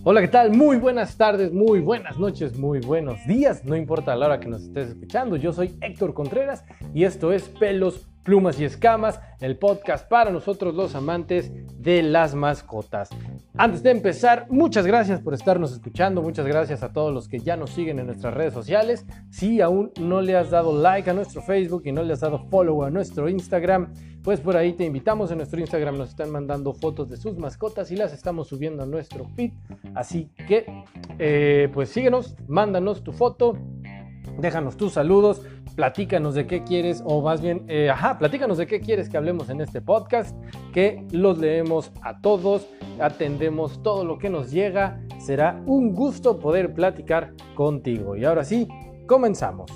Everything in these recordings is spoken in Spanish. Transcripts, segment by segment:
Hola, ¿qué tal? Muy buenas tardes, muy buenas noches, muy buenos días. No importa la hora que nos estés escuchando. Yo soy Héctor Contreras y esto es Pelos, Plumas y Escamas, el podcast para nosotros los amantes de las mascotas. Antes de empezar, muchas gracias por estarnos escuchando. Muchas gracias a todos los que ya nos siguen en nuestras redes sociales. Si aún no le has dado like a nuestro Facebook y no le has dado follow a nuestro Instagram, pues por ahí te invitamos. En nuestro Instagram nos están mandando fotos de sus mascotas y las estamos subiendo a nuestro feed. Así que, pues síguenos, mándanos tu foto, déjanos tus saludos, platícanos de qué quieres, o más bien, platícanos de qué quieres que hablemos en este podcast, que los leemos a todos, atendemos todo lo que nos llega. Será un gusto poder platicar contigo. Y ahora sí, comenzamos.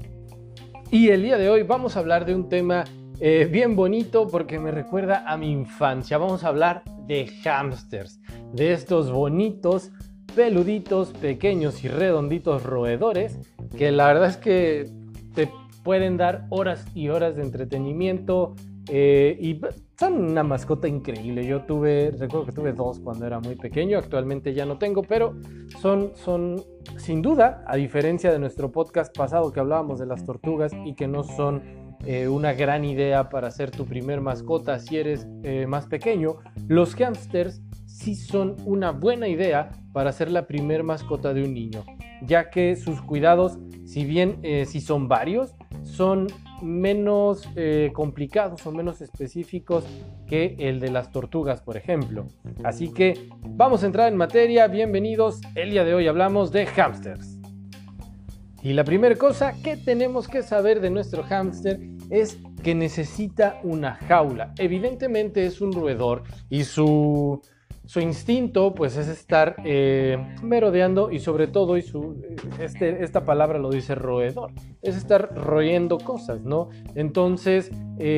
Y el día de hoy vamos a hablar de un tema bien bonito porque me recuerda a mi infancia. Vamos a hablar de hámsters, de estos bonitos, peluditos, pequeños y redonditos roedores que la verdad es que te pueden dar horas y horas de entretenimiento y son una mascota increíble. Recuerdo que tuve 2 cuando era muy pequeño, actualmente ya no tengo, pero son sin duda, a diferencia de nuestro podcast pasado que hablábamos de las tortugas y que no son una gran idea para ser tu primer mascota si eres más pequeño, los hámsters sí son una buena idea para ser la primer mascota de un niño, ya que sus cuidados, si bien sí son varios, son menos complicados o menos específicos que el de las tortugas, por ejemplo. Así que vamos a entrar en materia. Bienvenidos. El día de hoy hablamos de hámsters. Y la primera cosa que tenemos que saber de nuestro hámster es que necesita una jaula. Evidentemente es un roedor y su instinto pues es estar merodeando, y sobre todo, esta palabra lo dice roedor, es estar royendo cosas, ¿no? Entonces,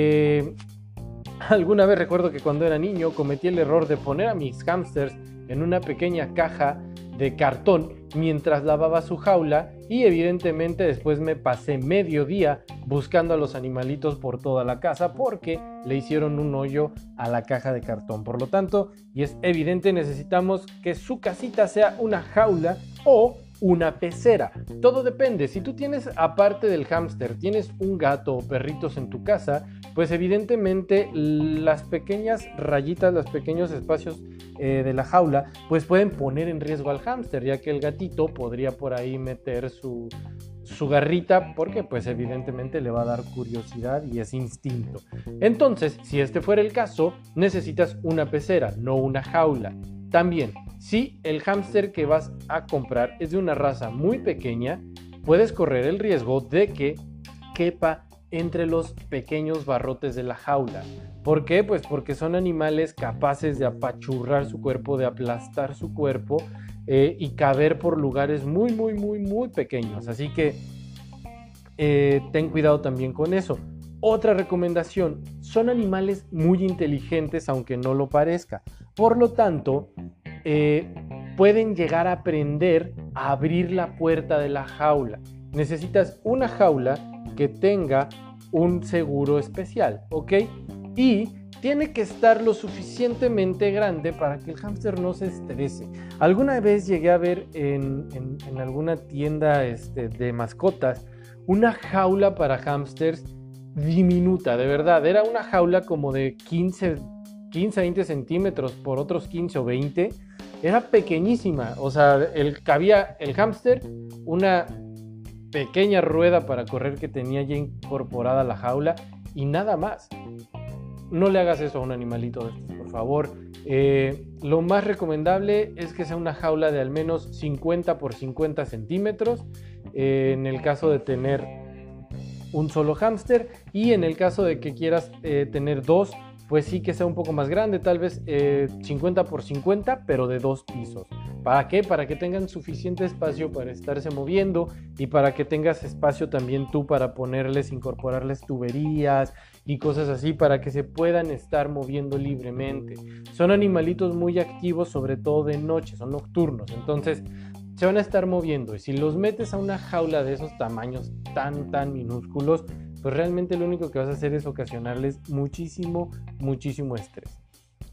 alguna vez recuerdo que cuando era niño cometí el error de poner a mis hámsters en una pequeña caja de cartón mientras lavaba su jaula, y evidentemente después me pasé medio día buscando a los animalitos por toda la casa porque le hicieron un hoyo a la caja de cartón. Por lo tanto, y es evidente, necesitamos que su casita sea una jaula o una pecera. Todo depende. Si tú tienes, aparte del hámster, tienes un gato o perritos en tu casa, pues evidentemente las pequeñas rayitas, los pequeños espacios de la jaula, pues pueden poner en riesgo al hámster, ya que el gatito podría por ahí meter su garrita, porque pues evidentemente le va a dar curiosidad y es instinto. Entonces, si este fuera el caso, necesitas una pecera, no una jaula. También, si el hámster que vas a comprar es de una raza muy pequeña, puedes correr el riesgo de que quepa entre los pequeños barrotes de la jaula. ¿Por qué? Pues porque son animales capaces de apachurrar su cuerpo, de aplastar su cuerpo y caber por lugares muy, muy, muy, muy pequeños. Así que ten cuidado también con eso. Otra recomendación: son animales muy inteligentes, aunque no lo parezca. Por lo tanto, pueden llegar a aprender a abrir la puerta de la jaula. Necesitas una jaula que tenga un seguro especial, ¿ok? Y tiene que estar lo suficientemente grande para que el hámster no se estrese. Alguna vez llegué a ver en alguna tienda de mascotas una jaula para hámsters diminuta, de verdad. Era una jaula como de 15 a 20 centímetros por otros 15 o 20. Era pequeñísima. O sea, cabía el hámster, una pequeña rueda para correr que tenía ya incorporada la jaula y nada más. No le hagas eso a un animalito de estos, por favor. Lo más recomendable es que sea una jaula de al menos 50 por 50 centímetros en el caso de tener un solo hámster, y en el caso de que quieras tener 2, pues sí que sea un poco más grande, tal vez 50 por 50, pero de 2 pisos. ¿Para qué? Para que tengan suficiente espacio para estarse moviendo y para que tengas espacio también tú para incorporarles tuberías y cosas así para que se puedan estar moviendo libremente. Son animalitos muy activos, sobre todo de noche, son nocturnos, entonces se van a estar moviendo, y si los metes a una jaula de esos tamaños tan minúsculos, pues realmente lo único que vas a hacer es ocasionarles muchísimo estrés.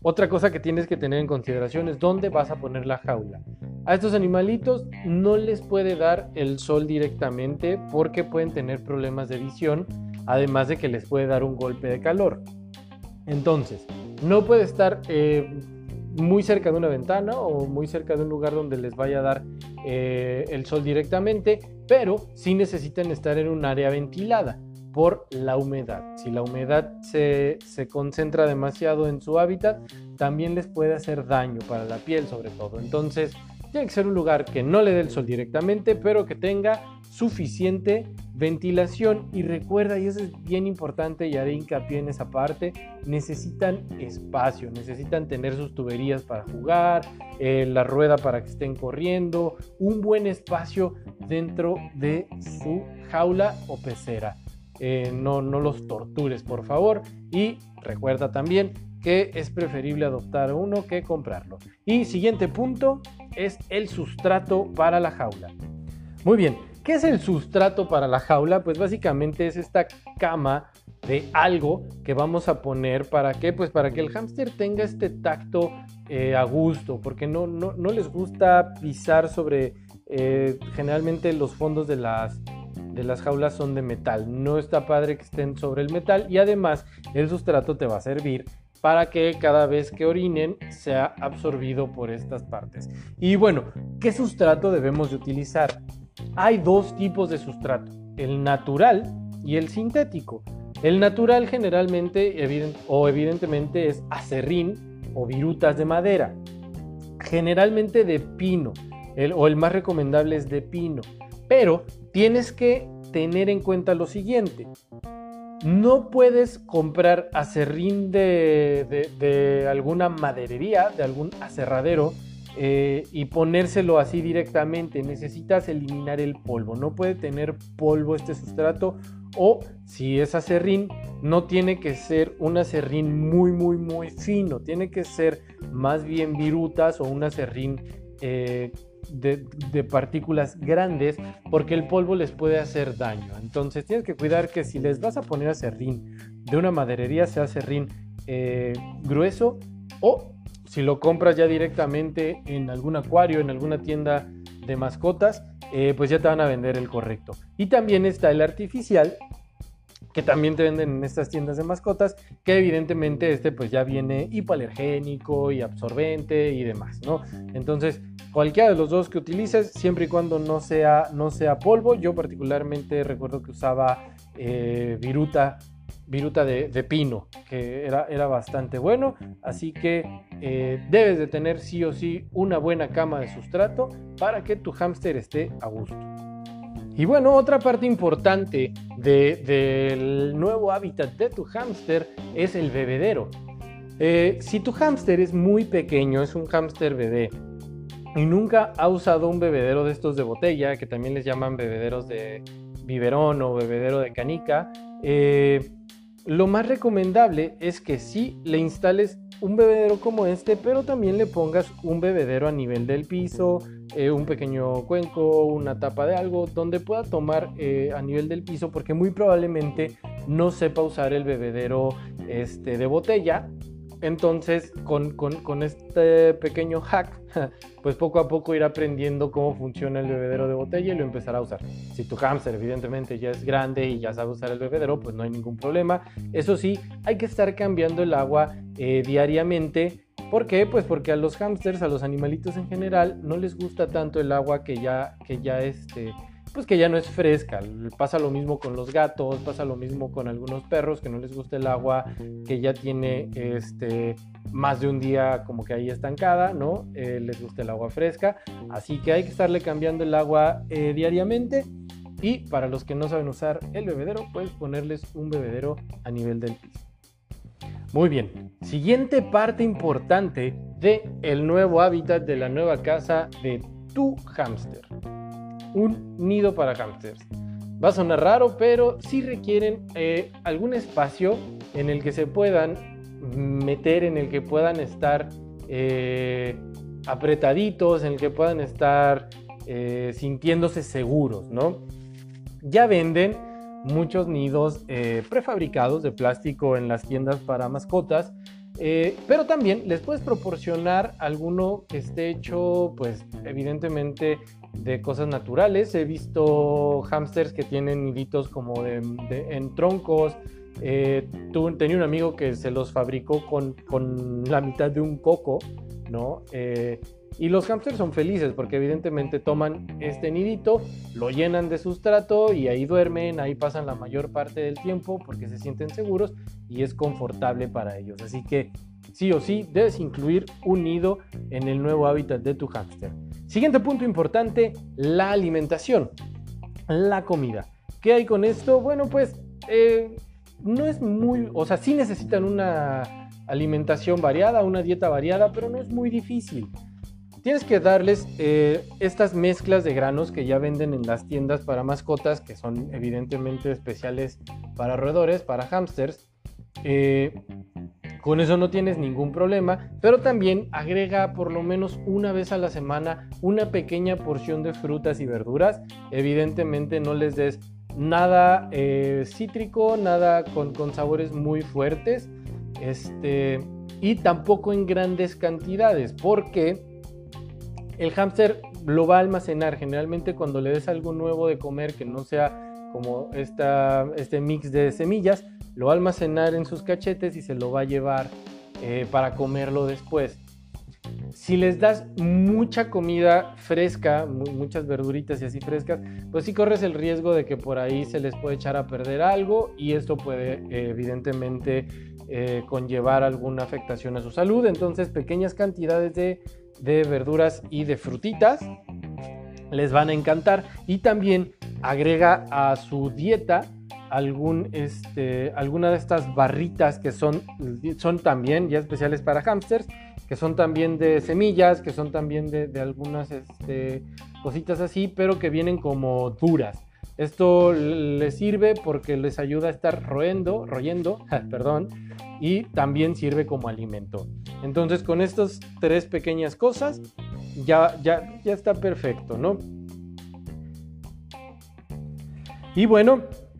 Otra cosa que tienes que tener en consideración es dónde vas a poner la jaula. A estos animalitos no les puede dar el sol directamente porque pueden tener problemas de visión, además de que les puede dar un golpe de calor. Entonces, no puede estar muy cerca de una ventana o muy cerca de un lugar donde les vaya a dar el sol directamente, pero sí necesitan estar en un área ventilada por la humedad. Si la humedad se concentra demasiado en su hábitat, también les puede hacer daño para la piel sobre todo. Entonces, tiene que ser un lugar que no le dé el sol directamente, pero que tenga suficiente ventilación. Y recuerda, y eso es bien importante y haré hincapié en esa parte, necesitan espacio, necesitan tener sus tuberías para jugar, la rueda para que estén corriendo, un buen espacio dentro de su jaula o pecera. No los tortures, por favor. Y recuerda también que es preferible adoptar uno que comprarlo. Y siguiente punto es el sustrato para la jaula. Muy bien, ¿qué es el sustrato para la jaula? Pues básicamente es esta cama de algo que vamos a poner. ¿Para qué? Pues para que el hámster tenga este tacto a gusto, porque no les gusta pisar sobre, generalmente los fondos de las jaulas son de metal. No está padre que estén sobre el metal, y además el sustrato te va a servir para que cada vez que orinen sea absorbido por estas partes. Y bueno, ¿qué sustrato debemos de utilizar? Hay dos tipos de sustrato, el natural y el sintético. El natural generalmente evidentemente es acerrín o virutas de madera, generalmente de pino, el más recomendable es de pino, pero tienes que tener en cuenta lo siguiente: no puedes comprar acerrín de alguna maderería, de algún aserradero, y ponérselo así directamente. Necesitas eliminar el polvo, no puede tener polvo este sustrato, o si es acerrín, no tiene que ser un acerrín muy fino, tiene que ser más bien virutas o un acerrín de partículas grandes, porque el polvo les puede hacer daño. Entonces tienes que cuidar que si les vas a poner acerrín de una maderería, sea acerrín grueso, o si lo compras ya directamente en algún acuario, en alguna tienda de mascotas, pues ya te van a vender el correcto. Y también está el artificial, que también te venden en estas tiendas de mascotas, que evidentemente pues ya viene hipoalergénico y absorbente y demás, ¿no? Entonces, cualquiera de los dos que utilices, siempre y cuando no sea polvo. Yo particularmente recuerdo que usaba viruta de pino, que era bastante bueno. Así que debes de tener sí o sí una buena cama de sustrato para que tu hámster esté a gusto. Y bueno, otra parte importante del nuevo hábitat de tu hámster es el bebedero. Si tu hámster es muy pequeño, es un hámster bebé, y nunca ha usado un bebedero de estos de botella, que también les llaman bebederos de biberón o bebedero de canica, lo más recomendable es que sí le instales un bebedero como este, pero también le pongas un bebedero a nivel del piso, un pequeño cuenco, una tapa de algo donde pueda tomar a nivel del piso, porque muy probablemente no sepa usar el bebedero de botella. Entonces, con este pequeño hack, pues poco a poco irá aprendiendo cómo funciona el bebedero de botella y lo empezará a usar. Si tu hámster evidentemente ya es grande y ya sabe usar el bebedero, pues no hay ningún problema. Eso sí, hay que estar cambiando el agua diariamente. ¿Por qué? Pues porque a los hámsters, a los animalitos en general, no les gusta tanto el agua que ya no es fresca. Pasa lo mismo con los gatos, pasa lo mismo con algunos perros que no les gusta el agua que ya tiene más de un día como que ahí estancada, ¿no? Les gusta el agua fresca, así que hay que estarle cambiando el agua diariamente. Y para los que no saben usar el bebedero, pues ponerles un bebedero a nivel del piso. Muy bien, siguiente parte importante del nuevo hábitat, de la nueva casa de tu hámster: un nido para hámsters. Va a sonar raro, pero sí requieren algún espacio en el que se puedan meter, en el que puedan estar apretaditos, en el que puedan estar sintiéndose seguros, ¿no? Ya venden muchos nidos prefabricados de plástico en las tiendas para mascotas, Pero también les puedes proporcionar alguno que esté hecho, pues evidentemente de cosas naturales. He visto hámsters que tienen niditos como en troncos. Tenía un amigo que se los fabricó con la mitad de un coco, ¿no? Y los hámsters son felices porque evidentemente toman este nidito, lo llenan de sustrato y ahí duermen, ahí pasan la mayor parte del tiempo porque se sienten seguros y es confortable para ellos. Así que sí o sí debes incluir un nido en el nuevo hábitat de tu hámster. Siguiente punto importante, la alimentación, la comida. ¿Qué hay con esto? Bueno, pues no es muy, o sea, sí necesitan una alimentación variada, una dieta variada, pero no es muy difícil. Tienes que darles estas mezclas de granos que ya venden en las tiendas para mascotas, que son evidentemente especiales para roedores, para hámsters. Con eso no tienes ningún problema, pero también agrega por lo menos una vez a la semana una pequeña porción de frutas y verduras. Evidentemente no les des nada cítrico, nada con sabores muy fuertes, y tampoco en grandes cantidades, porque el hámster lo va a almacenar. Generalmente cuando le des algo nuevo de comer que no sea como este mix de semillas, lo va a almacenar en sus cachetes y se lo va a llevar para comerlo después. Si les das mucha comida fresca, muchas verduritas y así frescas, pues sí corres el riesgo de que por ahí se les puede echar a perder algo y esto puede evidentemente conllevar alguna afectación a su salud. Entonces pequeñas cantidades de verduras y de frutitas les van a encantar, y también agrega a su dieta alguna de estas barritas que son también ya especiales para hámsters, que son también de semillas, que son también de algunas cositas así, pero que vienen como duras. Esto les sirve porque les ayuda a estar royendo, perdón, y también sirve como alimento. Entonces con estas 3 pequeñas cosas ya está perfecto, ¿no? Y bueno,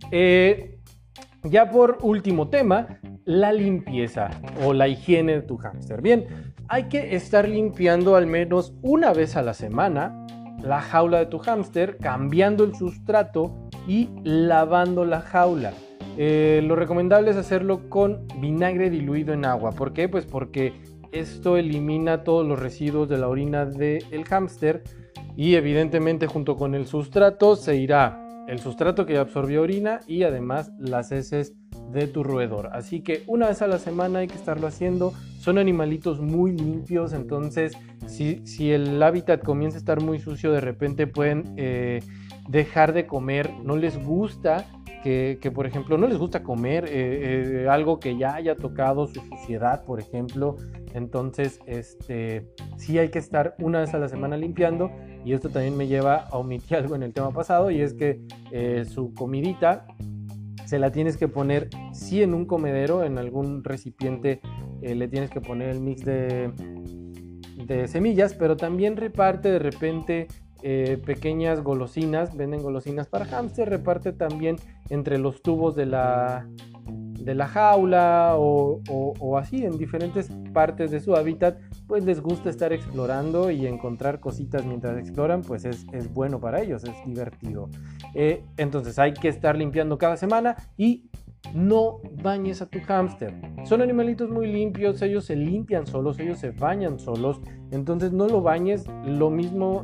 ya por último tema, la limpieza o la higiene de tu hámster. Bien, hay que estar limpiando al menos una vez a la semana la jaula de tu hámster, cambiando el sustrato y lavando la jaula. Lo recomendable es hacerlo con vinagre diluido en agua. ¿Por qué? Pues porque esto elimina todos los residuos de la orina del hámster y evidentemente junto con el sustrato se irá el sustrato que ya absorbió orina y además las heces de tu roedor. Así que una vez a la semana hay que estarlo haciendo. Son animalitos muy limpios, entonces si el hábitat comienza a estar muy sucio, de repente pueden dejar de comer. No les gusta que por ejemplo, no les gusta comer algo que ya haya tocado su suciedad, por ejemplo. Entonces, sí hay que estar una vez a la semana limpiando. Y esto también me lleva a omitir algo en el tema pasado, y es que su comidita se la tienes que poner sí en un comedero, en algún recipiente le tienes que poner el mix de semillas, pero también reparte de repente pequeñas golosinas. Venden golosinas para hámster, reparte también entre los tubos de la jaula o así en diferentes partes de su hábitat. Pues les gusta estar explorando y encontrar cositas mientras exploran, pues es bueno para ellos, es divertido. Entonces hay que estar limpiando cada semana y no bañes a tu hámster. Son animalitos muy limpios, ellos se limpian solos, ellos se bañan solos, entonces no lo bañes. Lo mismo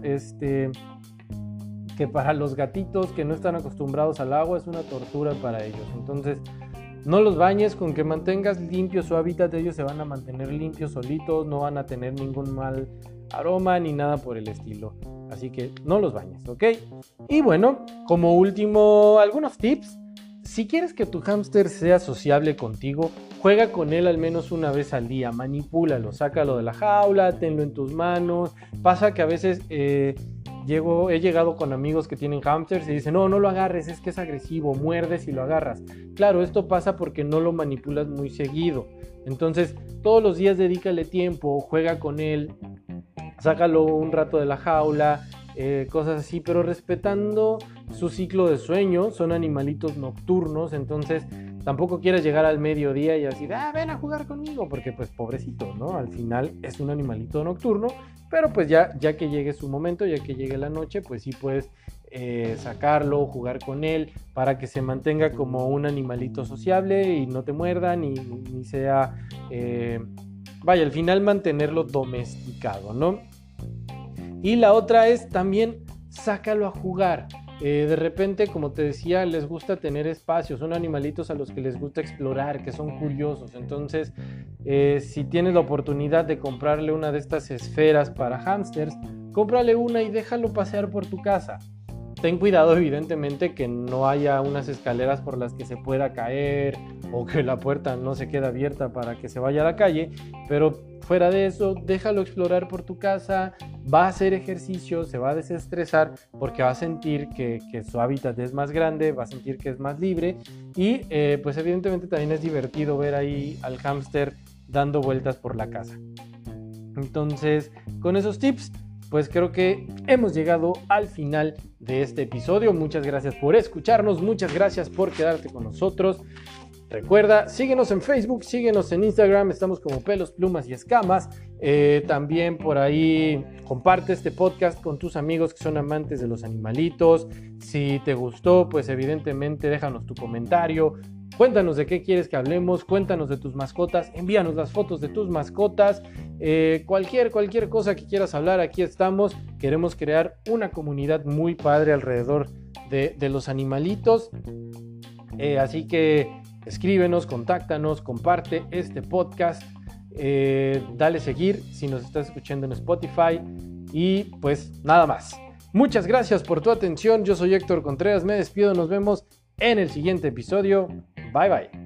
que para los gatitos que no están acostumbrados al agua, es una tortura para ellos. Entonces no los bañes. Con que mantengas limpio su hábitat, ellos se van a mantener limpios solitos, no van a tener ningún mal aroma ni nada por el estilo. Así que no los bañes, ¿ok? Y bueno, como último, algunos tips. Si quieres que tu hámster sea sociable contigo, juega con él al menos una vez al día, manipúlalo, sácalo de la jaula, tenlo en tus manos. Pasa que a veces he llegado con amigos que tienen hámsters y dicen, no lo agarres, es que es agresivo, muerdes y lo agarras. Claro, esto pasa porque no lo manipulas muy seguido. Entonces, todos los días dedícale tiempo, juega con él, sácalo un rato de la jaula, cosas así, pero respetando su ciclo de sueño. Son animalitos nocturnos, entonces tampoco quieres llegar al mediodía y así, ven a jugar conmigo, porque pues pobrecito, ¿no? Al final es un animalito nocturno, pero pues ya que llegue su momento, ya que llegue la noche, pues sí puedes sacarlo, jugar con él, para que se mantenga como un animalito sociable y no te muerda, ni sea, al final mantenerlo domesticado, ¿no? Y la otra es también sácalo a jugar. De repente, como te decía, les gusta tener espacios, son animalitos a los que les gusta explorar, que son curiosos. Entonces, si tienes la oportunidad de comprarle una de estas esferas para hámsters, cómprale una y déjalo pasear por tu casa. Ten cuidado, evidentemente, que no haya unas escaleras por las que se pueda caer o que la puerta no se quede abierta para que se vaya a la calle, pero fuera de eso, déjalo explorar por tu casa, va a hacer ejercicio, se va a desestresar porque va a sentir que su hábitat es más grande, va a sentir que es más libre y pues evidentemente también es divertido ver ahí al hámster dando vueltas por la casa. Entonces, con esos tips, pues creo que hemos llegado al final de este episodio. Muchas gracias por escucharnos, muchas gracias por quedarte con nosotros. Recuerda, síguenos en Facebook, síguenos en Instagram, estamos como Pelos, Plumas y Escamas. También por ahí comparte este podcast con tus amigos que son amantes de los animalitos. Si te gustó, pues evidentemente déjanos tu comentario. Cuéntanos de qué quieres que hablemos, cuéntanos de tus mascotas, envíanos las fotos de tus mascotas, cualquier cosa que quieras hablar, aquí estamos. Queremos crear una comunidad muy padre alrededor de los animalitos, así que escríbenos, contáctanos, comparte este podcast, dale seguir si nos estás escuchando en Spotify y pues nada más. Muchas gracias por tu atención, yo soy Héctor Contreras, me despido, nos vemos en el siguiente episodio. Bye bye.